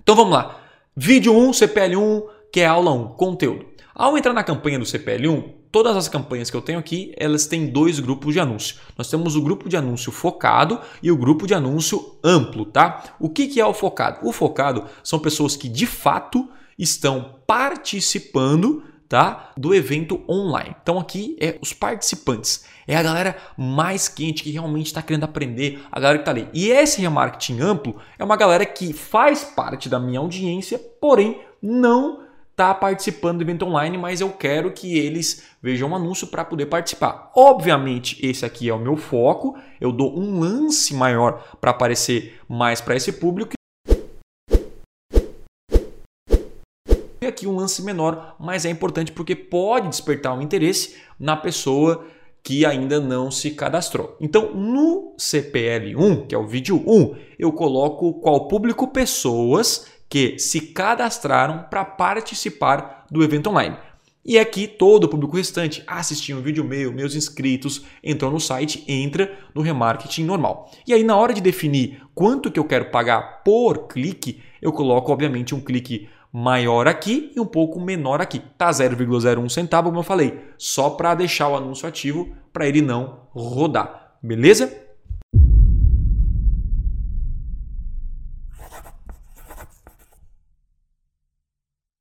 Então vamos lá. Vídeo 1, CPL1, que é aula 1, conteúdo. Ao entrar na campanha do CPL1, todas as campanhas que eu tenho aqui, elas têm dois grupos de anúncio. Nós temos o grupo de anúncio focado e o grupo de anúncio amplo, tá? O que é o focado? O focado são pessoas que de fato estão participando, tá, do evento online. Então aqui é os participantes, é a galera mais quente que realmente está querendo aprender, a galera que está ali. E esse remarketing amplo é uma galera que faz parte da minha audiência, porém não está participando do evento online, mas eu quero que eles vejam um anúncio para poder participar. Obviamente esse aqui é o meu foco, eu dou um lance maior para aparecer mais para esse público. E aqui um lance menor, mas é importante porque pode despertar um interesse na pessoa que ainda não se cadastrou. Então, no CPL1, que é o vídeo 1, eu coloco qual público pessoas que se cadastraram para participar do evento online. E aqui todo o público restante assistiu um vídeo meu, meus inscritos, entrou no site, entra no remarketing normal. E aí na hora de definir quanto que eu quero pagar por clique, eu coloco obviamente um clique maior aqui e um pouco menor aqui. Tá 0,01 centavo, como eu falei, só para deixar o anúncio ativo para ele não rodar. Beleza?